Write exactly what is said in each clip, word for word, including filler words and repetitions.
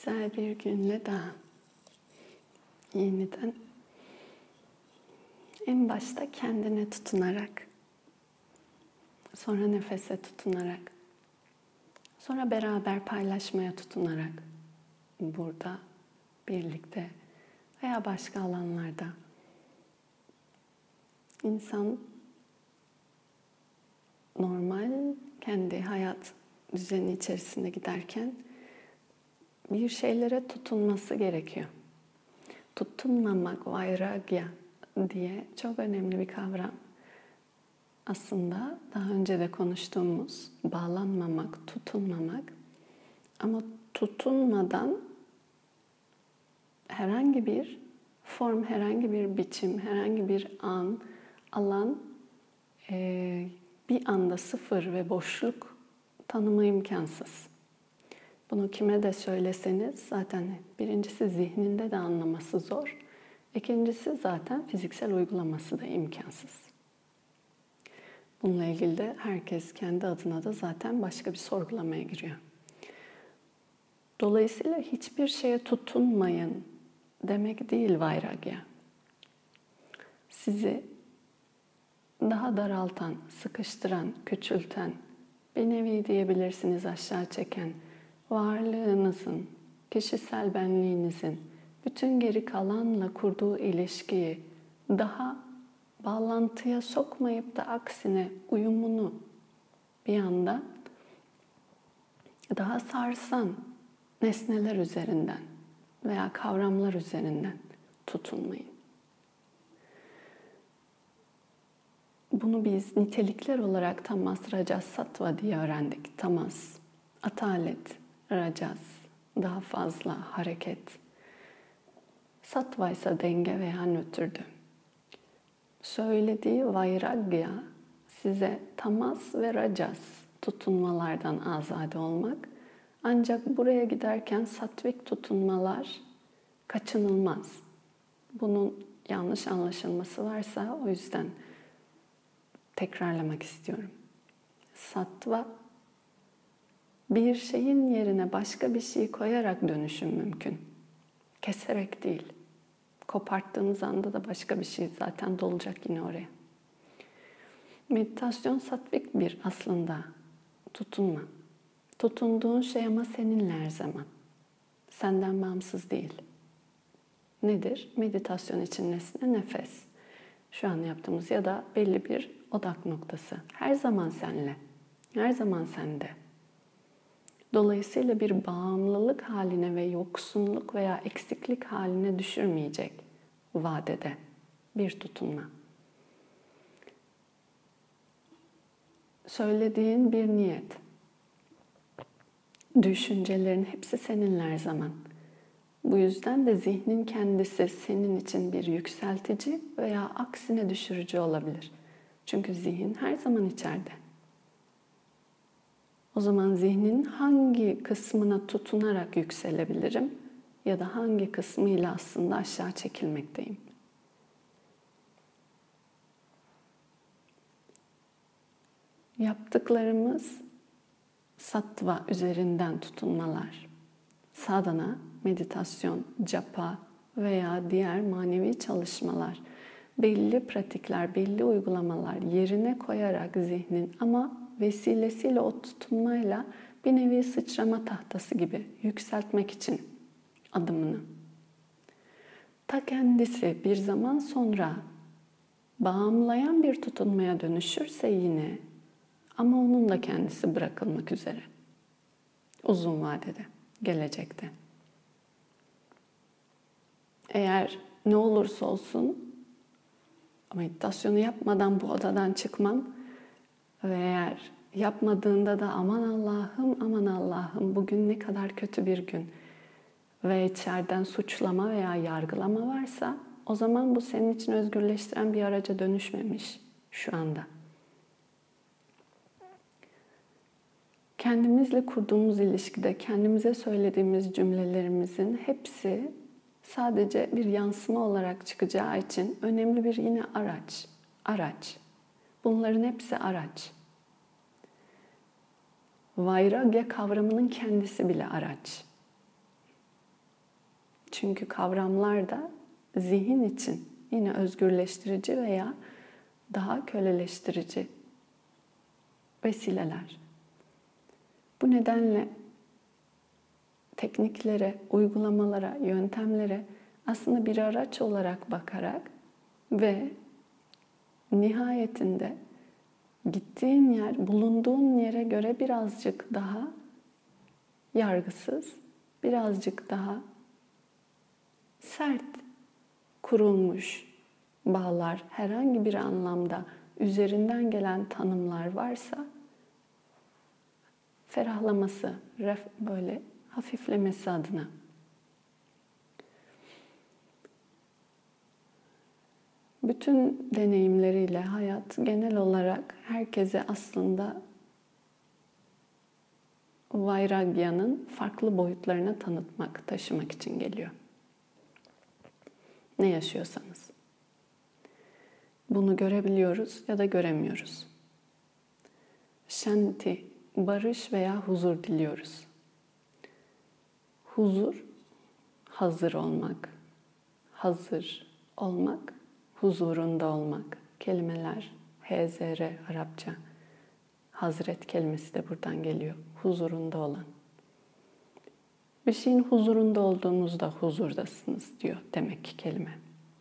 güzel bir günle daha yeniden en başta kendine tutunarak, sonra nefese tutunarak, sonra beraber paylaşmaya tutunarak burada, birlikte veya başka alanlarda insan normal kendi hayat düzeni içerisinde giderken bir şeylere tutunması gerekiyor. Tutunmamak, vairagya diye çok önemli bir kavram. Aslında daha önce de konuştuğumuz bağlanmamak, tutunmamak. Ama tutunmadan herhangi bir form, herhangi bir biçim, herhangi bir an, alan, bir anda sıfır ve boşluk tanıma imkansız. Bunu kime de söyleseniz zaten birincisi zihninde de anlaması zor. İkincisi zaten fiziksel uygulaması da imkansız. Bununla ilgili de herkes kendi adına da zaten başka bir sorgulamaya giriyor. Dolayısıyla hiçbir şeye tutunmayın demek değil vairagya. Sizi daha daraltan, sıkıştıran, küçülten, bir nevi diyebilirsiniz aşağı çeken, varlığınızın, kişisel benliğinizin bütün geri kalanla kurduğu ilişkiyi daha bağlantıya sokmayıp da aksine uyumunu bir yandan daha sarsan nesneler üzerinden veya kavramlar üzerinden tutunmayın. Bunu biz nitelikler olarak tamas, rajas, sattva diye öğrendik. Tamas, atalet, rajas, daha fazla hareket. Sattva ise denge veya nötrdü. Söylediği vairagya size tamas ve rajas tutunmalardan azade olmak. Ancak buraya giderken sattvik tutunmalar kaçınılmaz. Bunun yanlış anlaşılması varsa o yüzden tekrarlamak istiyorum. Sattva, bir şeyin yerine başka bir şey koyarak dönüşüm mümkün. Keserek değil. Koparttığınız anda da başka bir şey zaten dolacak yine oraya. Meditasyon sattvik bir aslında tutunma. Tutunduğun şey ama seninle her zaman. Senden bağımsız değil. Nedir? Meditasyon için nesne nefes. Şu an yaptığımız ya da belli bir odak noktası. Her zaman seninle. Her zaman sende. Dolayısıyla bir bağımlılık haline ve yoksunluk veya eksiklik haline düşürmeyecek vadede bir tutunma. Söylediğin bir niyet. Düşüncelerin hepsi seninle her zaman. Bu yüzden de zihnin kendisi senin için bir yükseltici veya aksine düşürücü olabilir. Çünkü zihin her zaman içeride. O zaman zihnin hangi kısmına tutunarak yükselebilirim ya da hangi kısmıyla aslında aşağı çekilmekteyim? Yaptıklarımız sattva üzerinden tutunmalar. Sadhana, meditasyon, japa veya diğer manevi çalışmalar, belli pratikler, belli uygulamalar yerine koyarak zihnin ama vesilesiyle o tutunmayla bir nevi sıçrama tahtası gibi yükseltmek için adımını. Ta kendisi bir zaman sonra bağımlayan bir tutunmaya dönüşürse yine ama onun da kendisi bırakılmak üzere. Uzun vadede, gelecekte. Eğer ne olursa olsun meditasyonu yapmadan bu odadan çıkman ve eğer yapmadığında da aman Allah'ım, aman Allah'ım bugün ne kadar kötü bir gün ve içeriden suçlama veya yargılama varsa o zaman bu senin için özgürleştiren bir araca dönüşmemiş şu anda. Kendimizle kurduğumuz ilişkide kendimize söylediğimiz cümlelerimizin hepsi sadece bir yansıma olarak çıkacağı için önemli bir yine araç. Araç. Bunların hepsi araç. Vairagya kavramının kendisi bile araç. Çünkü kavramlar da zihin için yine özgürleştirici veya daha köleleştirici vesileler. Bu nedenle tekniklere, uygulamalara, yöntemlere aslında bir araç olarak bakarak ve nihayetinde gittiğin yer, bulunduğun yere göre birazcık daha yargısız, birazcık daha sert kurulmuş bağlar, herhangi bir anlamda üzerinden gelen tanımlar varsa ferahlaması, böyle hafiflemesi adına. Bütün deneyimleriyle hayat genel olarak herkese aslında Vairagya'nın farklı boyutlarına tanıtmak, taşımak için geliyor. Ne yaşıyorsanız. Bunu görebiliyoruz ya da göremiyoruz. Shanti, barış veya huzur diliyoruz. Huzur, hazır olmak. Hazır olmak, huzurunda olmak. Kelimeler H Z R Arapça. Hazret kelimesi de buradan geliyor. Huzurunda olan. Bir şeyin huzurunda olduğunuzda huzurdasınız diyor demek ki kelime.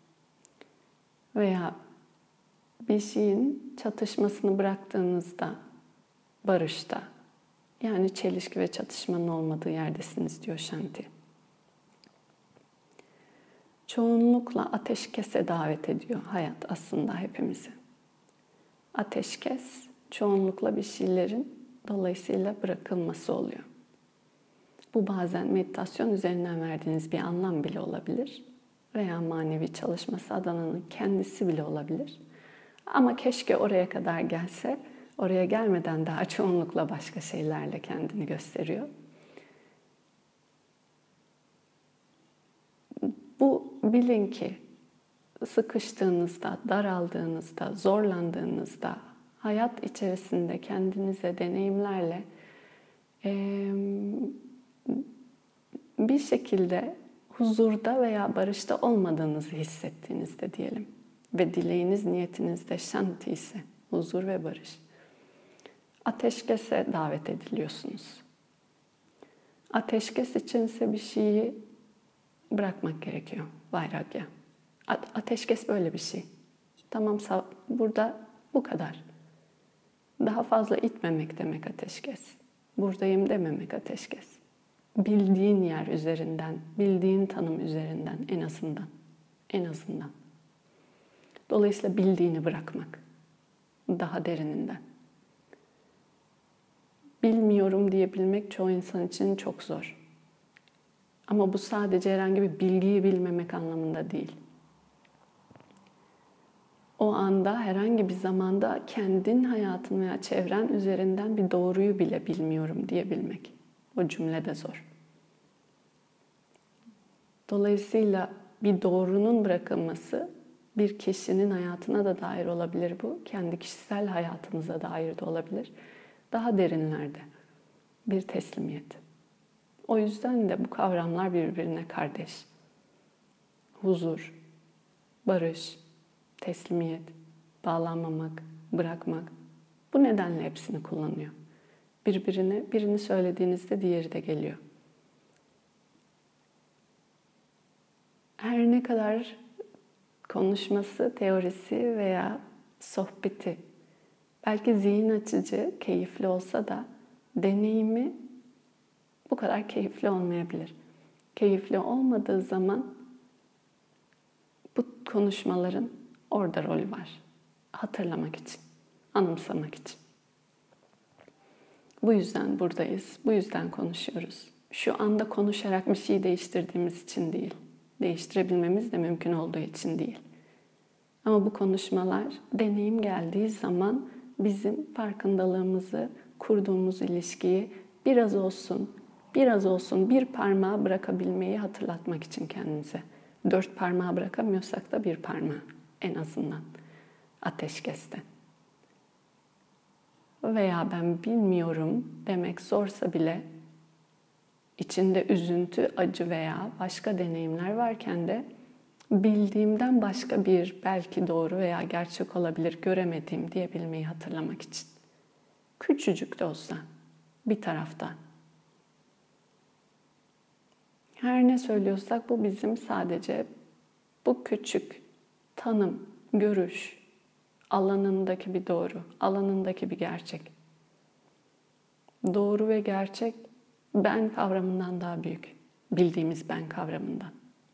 Veya bir şeyin çatışmasını bıraktığınızda barışta, yani çelişki ve çatışmanın olmadığı yerdesiniz diyor Shanti. Çoğunlukla ateşkese davet ediyor hayat aslında hepimizi. Ateşkes çoğunlukla bir şeylerin dolayısıyla bırakılması oluyor. Bu bazen meditasyon üzerinden verdiğiniz bir anlam bile olabilir veya manevi çalışma sadhananın kendisi bile olabilir. Ama keşke oraya kadar gelse, oraya gelmeden daha çoğunlukla başka şeylerle kendini gösteriyor. Bu bilin ki sıkıştığınızda, daraldığınızda, zorlandığınızda, hayat içerisinde kendinize deneyimlerle e, bir şekilde huzurda veya barışta olmadığınızı hissettiğinizde diyelim ve dileğiniz, niyetiniz de Shanti ise, huzur ve barış, ateşkese davet ediliyorsunuz. Ateşkes içinse bir şeyi bırakmak gerekiyor. Vairagya. Ateşkes böyle bir şey. Tamam, burada bu kadar. Daha fazla itmemek demek ateşkes. Buradayım dememek ateşkes. Bildiğin yer üzerinden, bildiğin tanım üzerinden en azından. En azından. Dolayısıyla bildiğini bırakmak. Daha derininden. Bilmiyorum diyebilmek çoğu insan için çok zor. Ama bu sadece herhangi bir bilgiyi bilmemek anlamında değil. O anda, herhangi bir zamanda kendin hayatın veya çevren üzerinden bir doğruyu bile bilmiyorum diyebilmek. O cümle de zor. Dolayısıyla bir doğrunun bırakılması bir kişinin hayatına da dair olabilir bu. Kendi kişisel hayatınıza dair de olabilir. Daha derinlerde bir teslimiyet. O yüzden de bu kavramlar birbirine kardeş. Huzur, barış, teslimiyet, bağlanmamak, bırakmak. Bu nedenle hepsini kullanıyor. Birbirine, birini söylediğinizde diğeri de geliyor. Her ne kadar konuşması, teorisi veya sohbeti belki zihin açıcı, keyifli olsa da deneyimi bu kadar keyifli olmayabilir. Keyifli olmadığı zaman bu konuşmaların orada rolü var. Hatırlamak için, anımsamak için. Bu yüzden buradayız, bu yüzden konuşuyoruz. Şu anda konuşarak bir şey değiştirdiğimiz için değil. Değiştirebilmemiz de mümkün olduğu için değil. Ama bu konuşmalar deneyim geldiği zaman bizim farkındalığımızı, kurduğumuz ilişkiyi biraz olsun, biraz olsun bir parmağı bırakabilmeyi hatırlatmak için kendinize. Dört parmağı bırakamıyorsak da bir parmağı en azından ateşkeste. Veya ben bilmiyorum demek zorsa bile içinde üzüntü, acı veya başka deneyimler varken de bildiğimden başka bir belki doğru veya gerçek olabilir göremediğim diyebilmeyi hatırlamak için. Küçücük de olsa bir tarafta. Her ne söylüyorsak bu bizim sadece bu küçük tanım, görüş, alanındaki bir doğru, alanındaki bir gerçek. Doğru ve gerçek ben kavramından daha büyük. Bildiğimiz ben kavramından.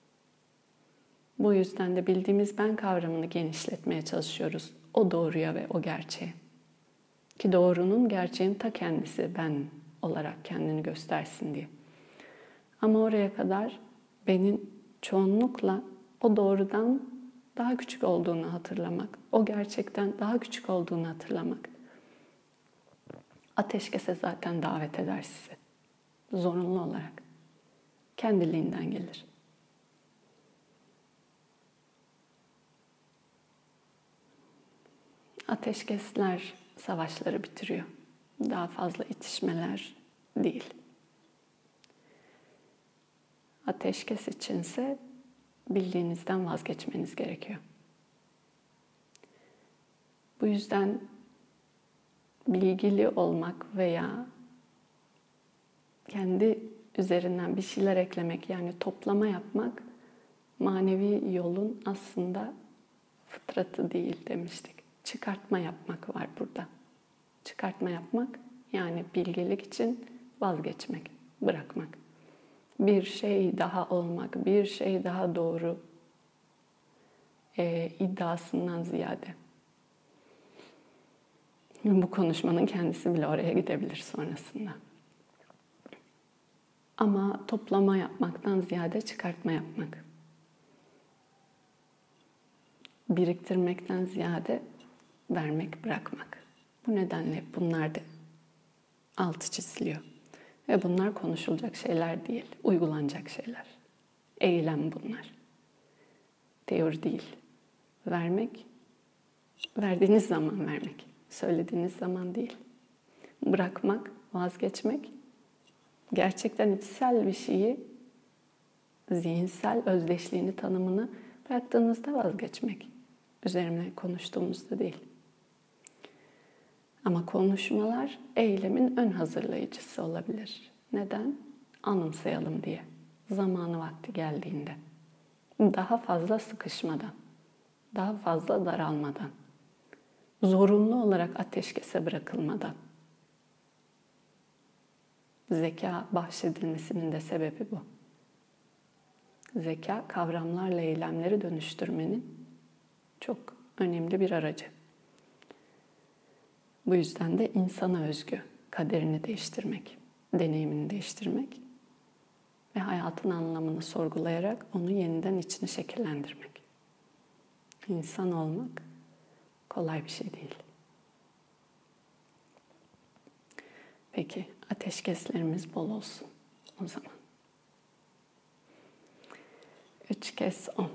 Bu yüzden de bildiğimiz ben kavramını genişletmeye çalışıyoruz. O doğruya ve o gerçeğe. Ki doğrunun, gerçeğin ta kendisi ben olarak kendini göstersin diye. Ama oraya kadar benim çoğunlukla o doğrudan daha küçük olduğunu hatırlamak, o gerçekten daha küçük olduğunu hatırlamak. Ateşkese zaten davet eder sizi. Zorunlu olarak. Kendiliğinden gelir. Ateşkesler savaşları bitiriyor. Daha fazla itişmeler değil. Ateşkes içinse bildiğinizden vazgeçmeniz gerekiyor. Bu yüzden bilgili olmak veya kendi üzerinden bir şeyler eklemek, yani toplama yapmak manevi yolun aslında fıtratı değil demiştik. Çıkartma yapmak var burada. Çıkartma yapmak yani bilgelik için vazgeçmek, bırakmak. Bir şey daha olmak, bir şey daha doğru e, iddiasından ziyade. Bu konuşmanın kendisi bile oraya gidebilir sonrasında. Ama toplama yapmaktan ziyade çıkartma yapmak. Biriktirmekten ziyade vermek, bırakmak. Bu nedenle bunlar da altı çiziliyor. Ve bunlar konuşulacak şeyler değil, uygulanacak şeyler. Eylem bunlar. Teori değil. Vermek, verdiğiniz zaman vermek. Söylediğiniz zaman değil. Bırakmak, vazgeçmek, gerçekten içsel bir şeyi, zihinsel özdeşliğini, tanımını bıraktığınızda vazgeçmek. Üzerine konuştuğumuzda değil. Ama konuşmalar eylemin ön hazırlayıcısı olabilir. Neden? Anımsayalım diye. Zamanı vakti geldiğinde. Daha fazla sıkışmadan, daha fazla daralmadan, zorunlu olarak ateşkese bırakılmadan. Zeka bahşedilmesinin de sebebi bu. Zeka kavramlarla eylemleri dönüştürmenin çok önemli bir aracı. Bu yüzden de insana özgü kaderini değiştirmek, deneyimini değiştirmek ve hayatın anlamını sorgulayarak onu yeniden içini şekillendirmek. İnsan olmak kolay bir şey değil. Peki ateşkeslerimiz bol olsun o zaman. Üç kez on.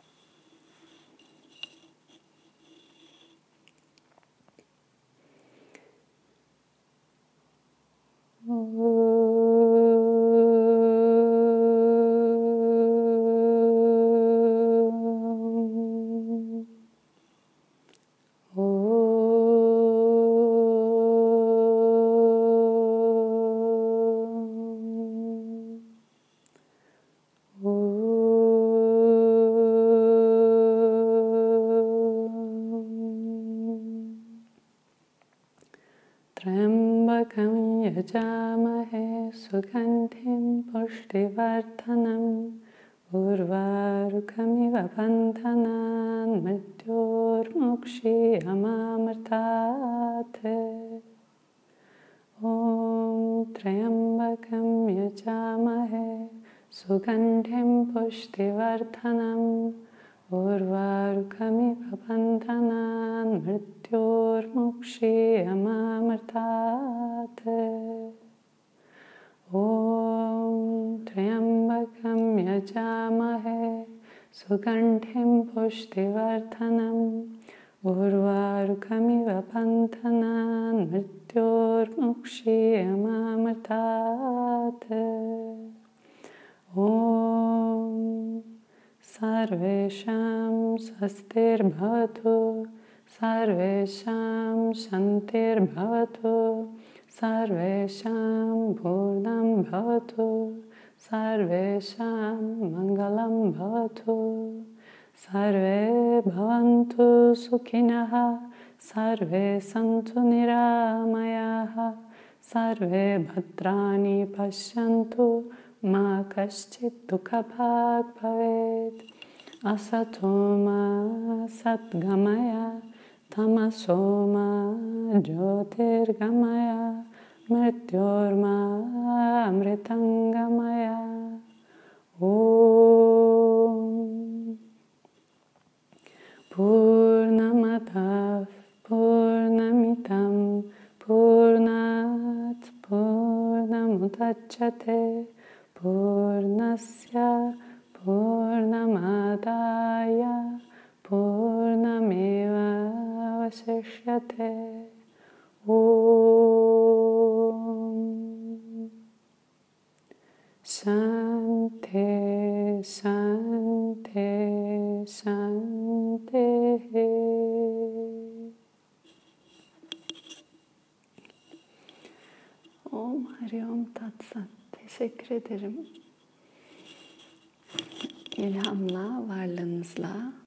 Trambakam yajamahe sugandhim pushtivardhanam urvarukamiva bandhanan mrityormukshiyamamartate. Om Trambakam yajamahe sugandhim pushtivardhanam urvarukamiva bandhanan mrityormukshiyamamartate. Om Trambakam yajamahe sugandhim pushtivardhanam urvarukamiva bandhanan mrityormukshiyamamartate. Sarvesham Swastir Bhavatu Sarvesham Shantir Bhavatu Sarvesham Purnam Bhavatu Sarvesham Mangalam Bhavatu Sarve Bhavantu Sukhinaha Sarve Santu Niramayaha Sarve Bhadrani Pashyantu Ma Kaschit Dukhabhag Bhavet Asatoma Satgamaya Tamasoma Jyotirgamaya Mrityorma Amritangamaya Om Purnamadav Purnamitam Purnat Purnamudachyate Purnasya Purnamadaya Purnameva Vasishyate. Om Shanti Shanti Shanti. Om Hari Om Tat Sat. Teşekkür ederim. İlhamla, varlığınızla